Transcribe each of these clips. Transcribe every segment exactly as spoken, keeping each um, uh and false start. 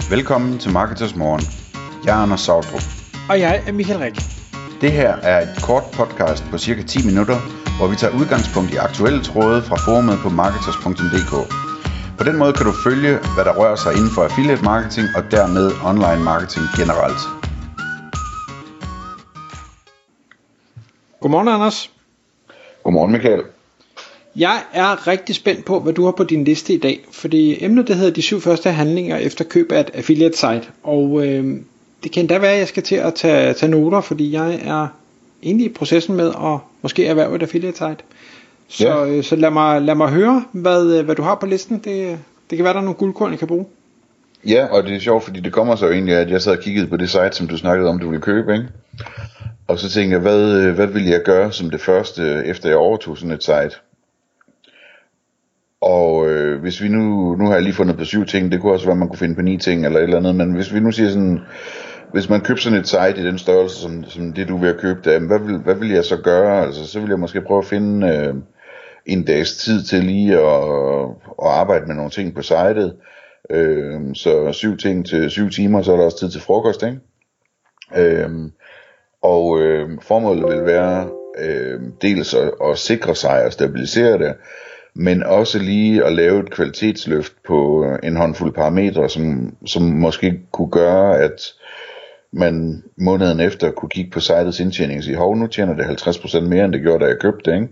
Velkommen til Marketers Morgen. Jeg er Anders Sautrup. Og jeg er Michael Rik. Det her er et kort podcast på cirka ti minutter, hvor vi tager udgangspunkt i aktuelle tråde fra forumet på marketers punktum d k. På den måde kan du følge, hvad der rører sig inden for affiliate marketing og dermed online marketing generelt. Godmorgen, Anders. Godmorgen, Michael. Jeg er rigtig spændt på, hvad du har på din liste i dag, fordi emnet det hedder de syv første handlinger efter køb af et affiliate site. Og øh, det kan endda være, at jeg skal til at tage, tage noter, fordi jeg er egentlig i processen med at måske erhverve et affiliate site. Så, ja. øh, så lad, mig, lad mig høre, hvad, hvad du har på listen. Det, det kan være, der er nogle guldkorn, jeg kan bruge. Ja, og det er sjovt, fordi det kommer så egentlig, at jeg sad og kiggede på det site, som du snakkede om, du ville købe, ikke? Og så tænkte jeg, hvad, hvad ville jeg gøre som det første, efter jeg overtog sådan et site? Og øh, hvis vi nu, nu har jeg lige fundet på syv ting, det kunne også være, at man kunne finde på ni ting eller et eller andet, men hvis vi nu siger sådan, hvis man køber sådan et site i den størrelse, som, som det du vil købe der, hvad vil, hvad vil jeg så gøre? Altså, så vil jeg måske prøve at finde øh, en dags tid til lige at, at arbejde med nogle ting på sitet. Øh, så syv ting til syv timer, så er der også tid til frokost, ikke? Øh, og øh, formålet vil være øh, dels at, at sikre sig og stabilisere det, men også lige at lave et kvalitetsløft på en håndfuld parametre, som, som måske kunne gøre, at man måneden efter kunne kigge på sitets indtjening og sige, hov, nu tjener det halvtreds procent mere, end det gjorde, da jeg købte det, ikke?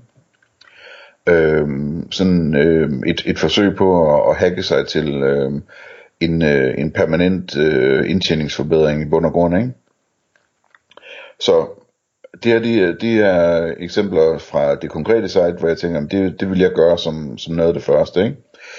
Øhm, sådan øh, et, et forsøg på at, at hacke sig til øh, en, øh, en permanent øh, indtjeningsforbedring i bund og grund, ikke? Så det er, de, de er eksempler fra det konkrete site, hvor jeg tænker, det, det vil jeg gøre som, som noget af det første, ikke?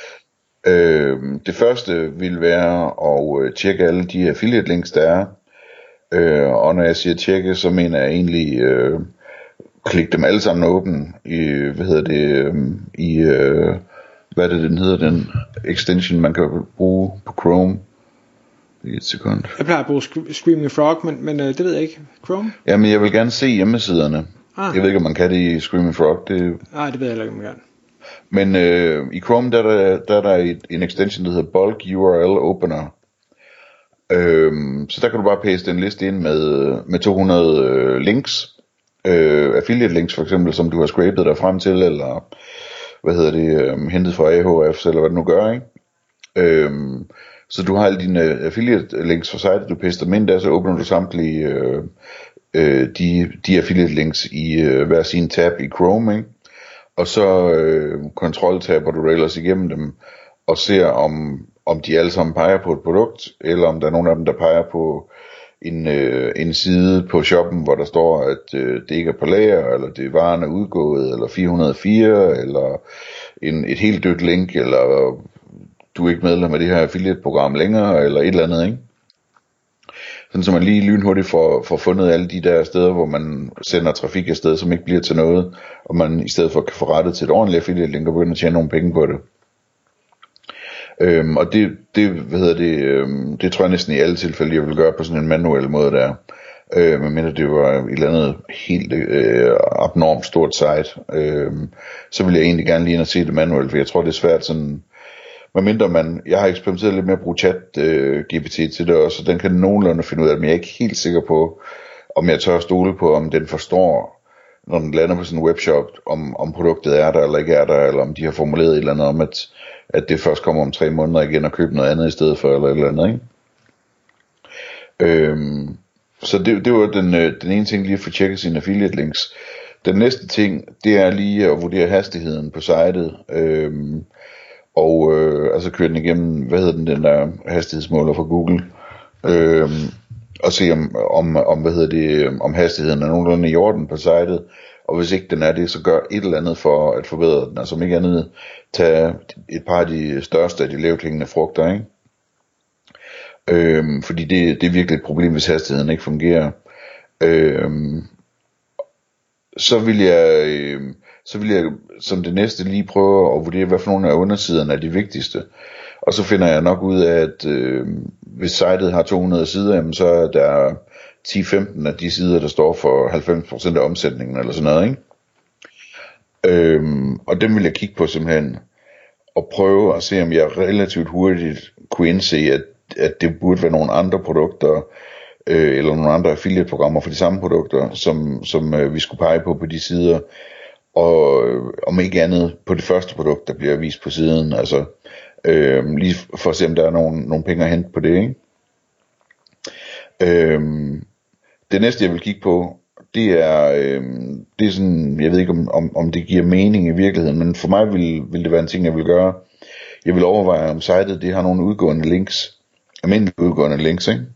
Øh, det første vil være at tjekke alle de affiliate links, der er. Øh, og når jeg siger tjekke, så mener jeg egentlig øh, klikke dem alle sammen åbne i, hvad hedder det, øh, i, øh, hvad er det, den hedder, den extension, man kan bruge på Chrome. Et sekund. Jeg plejer at bruge Screaming Frog, men, men øh, det ved jeg ikke. Chrome? Jamen, jeg vil gerne se hjemmesiderne. Ah. Jeg ved ikke, om man kan det i Screaming Frog. Det... Nej, det ved jeg heller ikke, om man kan. Men øh, i Chrome, der er der, der, er der et, en extension, der hedder Bulk U R L Opener. Øhm, så der kan du bare paste en liste ind med, med to hundrede øh, links. Øh, affiliate links for eksempel, som du har scrapet dig frem til, eller hvad hedder det, øh, hentet fra A H F, eller hvad du nu gør, ikke? Øhm, Så du har alle dine affiliate links for sitet, du paster dem ind der, så åbner du samtlige øh, øh, de, de affiliate links i øh, hver sin tab i Chrome, ikke? Og så øh, kontroltaber du ellers igennem dem, og ser om, om de alle sammen peger på et produkt, eller om der er nogen af dem, der peger på en, øh, en side på shoppen, hvor der står, at øh, det ikke er på lager, eller det er varen er udgået, eller fire hundrede og fire, eller en, et helt dødt link, eller du er ikke medlem af det her affiliate-program længere, eller et eller andet, ikke? Sådan så man lige lynhurtigt får, får fundet alle de der steder, hvor man sender trafik afsted, som ikke bliver til noget, og man i stedet for kan få rettet til et ordentligt affiliate-link og begynde at tjene nogle penge på det. Øhm, og det, det, hvad hedder det, øhm, det tror jeg næsten i alle tilfælde, jeg vil gøre på sådan en manuel måde der. Øh, men det var et eller andet helt øh, abnormt stort site, øh, så vil jeg egentlig gerne lige ind og se det manuelt, for jeg tror det er svært sådan. Medmindre man, jeg har eksperimenteret lidt med at bruge chat øh, G P T til det også, så den kan nogenlunde finde ud af det, men jeg er ikke helt sikker på, om jeg tør stole på, om den forstår, når den lander på sådan en webshop, om, om produktet er der eller ikke er der, eller om de har formuleret et eller andet om, at, at det først kommer om tre måneder igen og købe noget andet i stedet for, eller et eller andet, ikke? Øhm, så det, det var den, den ene ting, lige at få tjekket sine affiliate links. Den næste ting, det er lige at vurdere hastigheden på sitet, øhm, og øh, altså køre den igennem, hvad hedder den, den der hastighedsmåler fra Google, øh, og se om, om, om, hvad hedder det, om hastigheden er nogenlunde i orden på sitet, og hvis ikke den er det, så gør et eller andet for at forbedre den, altså om ikke andet, tage et par af de største af de lavt hængende frugter, ikke? Øh, fordi det, det er virkelig et problem, hvis hastigheden ikke fungerer. Øh, så vil jeg... Øh, så vil jeg som det næste lige prøve at vurdere, hvad for nogle af undersiderne er de vigtigste. Og så finder jeg nok ud af, at øh, hvis sitet har to hundrede sider, jamen, så er der ti til femten af de sider, der står for halvfems procent af omsætningen, eller sådan noget, ikke? Øhm, og dem vil jeg kigge på simpelthen, og prøve at se, om jeg relativt hurtigt kunne indse, at at det burde være nogle andre produkter, øh, eller nogle andre affiliate-programmer for de samme produkter, som, som øh, vi skulle pege på på de sider, og øh, om ikke andet på det første produkt, der bliver vist på siden, altså øh, lige for at se, om der er nogle, nogle penge at hente på det, ikke? Øh, det næste, jeg vil kigge på, det er, øh, det er sådan, jeg ved ikke, om, om, om det giver mening i virkeligheden, men for mig vil, vil det være en ting, jeg vil gøre. Jeg vil overveje, om sitet det har nogle udgående links, almindelige udgående links, ikke?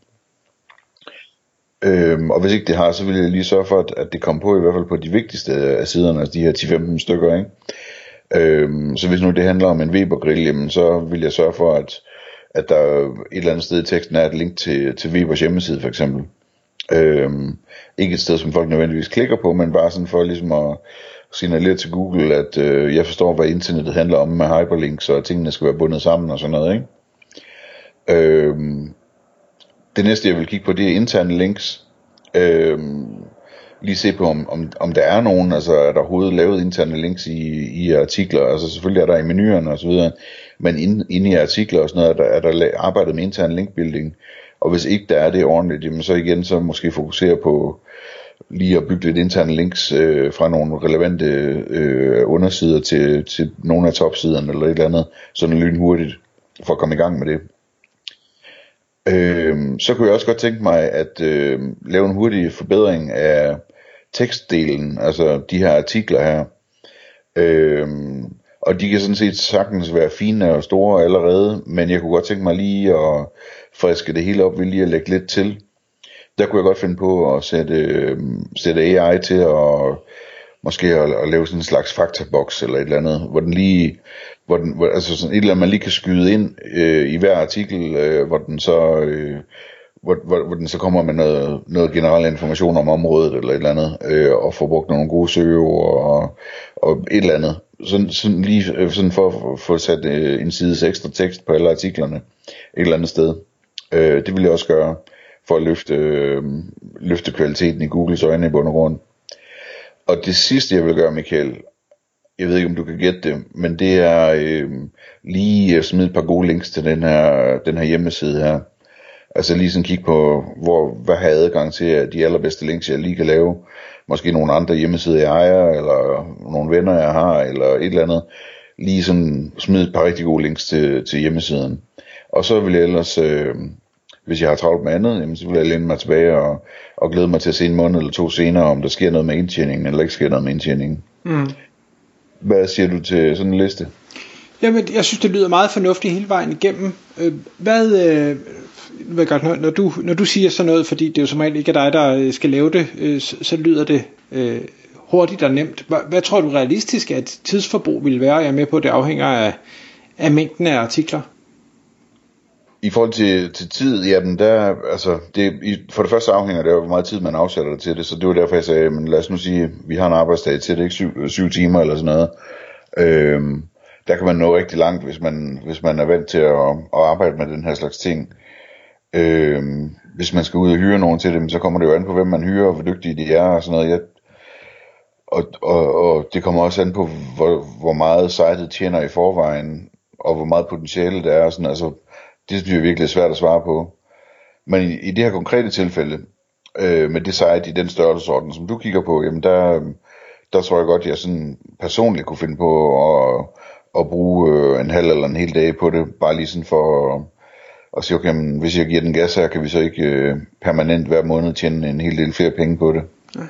Øhm, og hvis ikke det har, så vil jeg lige sørge for, at, at det kommer på, i hvert fald på de vigtigste af siderne, altså de her ti til femten stykker, ikke? Øhm, så hvis nu det handler om en Weber-grill, jamen så vil jeg sørge for, at, at der et eller andet sted i teksten er et link til, til Webers hjemmeside, for eksempel. Øhm, ikke et sted, som folk nødvendigvis klikker på, men bare sådan for ligesom at signalere til Google, at øh, jeg forstår, hvad internettet handler om med hyperlinks, og at tingene skal være bundet sammen og sådan noget, ikke? Øhm, det næste, jeg vil kigge på, det er interne links. Øhm, lige se på, om, om, om der er nogen, altså er der overhovedet lavet interne links i, i artikler, altså selvfølgelig er der i menuerne og så videre, men inde, inde i artikler og sådan noget, er der, er der arbejdet med intern linkbuilding, og hvis ikke der er det ordentligt, jamen så igen, så måske fokusere på lige at bygge lidt interne links øh, fra nogle relevante øh, undersider til, til nogle af topsiderne eller et eller andet, sådan lynhurtigt for at komme i gang med det. Øh, så kunne jeg også godt tænke mig at øh, lave en hurtig forbedring af tekstdelen, altså de her artikler her. Øh, og de kan sådan set sagtens være fine og store allerede, men jeg kunne godt tænke mig lige at friske det hele op ved lige at lægge lidt til. Der kunne jeg godt finde på at sætte, øh, sætte A I til at måske at, at lave sådan en slags faktaboks eller et eller andet, hvor den lige, hvor den, hvor, altså sådan et eller andet man lige kan skyde ind øh, i hver artikel, øh, hvor den så, øh, hvor, hvor, hvor den så kommer med noget, noget generel information om området eller et eller andet, øh, og får brugt nogle gode søgeord og, og et eller andet, sådan, sådan lige sådan for at få sat øh, en sides ekstra tekst på alle artiklerne et eller andet sted. Øh, det vil jeg også gøre for at løfte, øh, løfte kvaliteten i Googles øjne i bund og grund. Og det sidste jeg vil gøre, Michael, jeg ved ikke om du kan gætte det, men det er øh, lige at smide et par gode links til den her, den her hjemmeside her. Altså lige sådan kigge på, hvor, hvad har jeg adgang til de allerbedste links, jeg lige kan lave. Måske nogle andre hjemmesider, jeg ejer, eller nogle venner, jeg har, eller et eller andet. Lige sådan smide et par rigtig gode links til, til hjemmesiden. Og så vil jeg ellers, øh, hvis jeg har travlt med andet, jamen, så vil jeg læne mig tilbage og, og glæde mig til at se en måned eller to senere, om der sker noget med indtjeningen, eller ikke sker noget med indtjeningen. Mm. Hvad siger du til sådan en liste? Jamen, jeg synes, det lyder meget fornuftigt hele vejen igennem. Hvad, øh, hvad godt, når, når, du, når du siger sådan noget, fordi det er jo som regel ikke dig, der skal lave det, øh, så, så lyder det øh, hurtigt og nemt. Hvad, hvad tror du realistisk, at tidsforbrug vil være? Jeg er med på, at det afhænger af, af mængden af artikler. I forhold til, til tid, jamen der, altså, det, for det første afhænger det af, hvor meget tid man afsætter til det, så det var derfor jeg sagde, men lad os nu sige, vi har en arbejdsdag til det, ikke syv, syv timer eller sådan noget. Øhm, der kan man nå rigtig langt, hvis man, hvis man er vant til at, at arbejde med den her slags ting. Øhm, hvis man skal ud og hyre nogen til det, så kommer det jo an på, hvem man hyrer, og hvor dygtige de er og sådan noget. Jeg, og, og, og det kommer også an på, hvor, hvor meget sitet tjener i forvejen, og hvor meget potentiale der er og sådan, altså. Det synes jeg virkelig er svært at svare på. Men i, i det her konkrete tilfælde, øh, med det site i den størrelsesorden, som du kigger på, jamen der, der tror jeg godt, at jeg sådan personligt kunne finde på at, at bruge øh, en halv eller en hel dag på det, bare lige sådan for at, at sige, okay, men hvis jeg giver den gas her, kan vi så ikke øh, permanent hver måned tjene en hel del flere penge på det. Ja.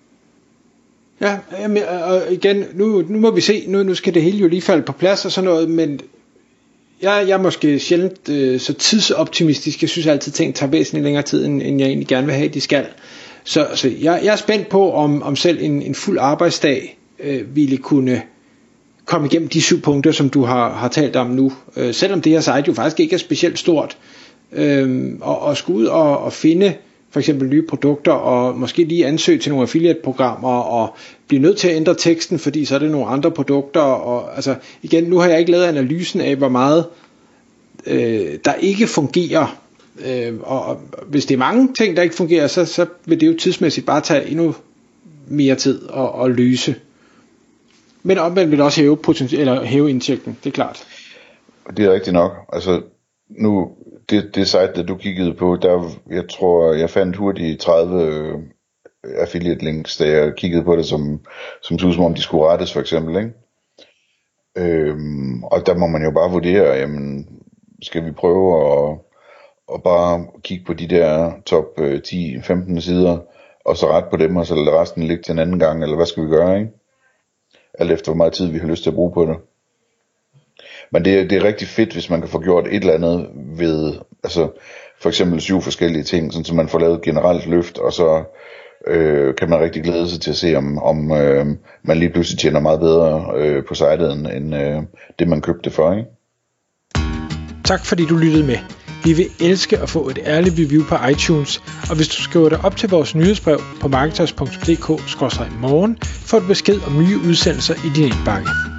Ja, jamen, og igen, nu, nu må vi se, nu, nu skal det hele jo lige falde på plads og sådan noget, men Jeg, jeg er måske sjældent øh, så tidsoptimistisk. Jeg synes altid, at ting tager væsentligt længere tid, end, end jeg egentlig gerne vil have, de skal. Så, så jeg, jeg er spændt på, om, om selv en, en fuld arbejdsdag øh, ville kunne komme igennem de syv punkter, som du har, har talt om nu. Øh, selvom det her site jo faktisk ikke er specielt stort. Øh, og, og skulle ud og, og finde for eksempel nye produkter, og måske lige ansøge til nogle affiliate-programmer, og blive nødt til at ændre teksten, fordi så er det nogle andre produkter, og altså igen, nu har jeg ikke lavet analysen af, hvor meget øh, der ikke fungerer, øh, og, og hvis det er mange ting, der ikke fungerer, så, så vil det jo tidsmæssigt bare tage endnu mere tid at, at løse. Men omvendt vil det også hæve, potentiale, eller hæve indtægten, det er klart. Det er rigtigt nok, altså nu, det, det site, der du kiggede på, der, jeg tror, jeg fandt hurtigt tredive affiliate links, da jeg kiggede på det, som, som så ud som om de skulle rettes, for eksempel, ikke? Øhm, og der må man jo bare vurdere, jamen, skal vi prøve at, at bare kigge på de der top ti til femten sider, og så ret på dem, og så lade resten ligge til en anden gang, eller hvad skal vi gøre, ikke? Alt efter hvor meget tid vi har lyst til at bruge på det. Men det, det er rigtig fedt, hvis man kan få gjort et eller andet ved, altså for eksempel syv forskellige ting, sådan så man får lavet et generelt løft, og så øh, kan man rigtig glæde sig til at se, om, om øh, man lige pludselig tjener meget bedre øh, på sitet, end øh, det man købte for, ikke? Tak fordi du lyttede med. Vi vil elske at få et ærligt review på iTunes, og hvis du skriver dig op til vores nyhedsbrev på marketers punktum d k skråstreg morgen, får du besked om nye udsendelser i din indbakke.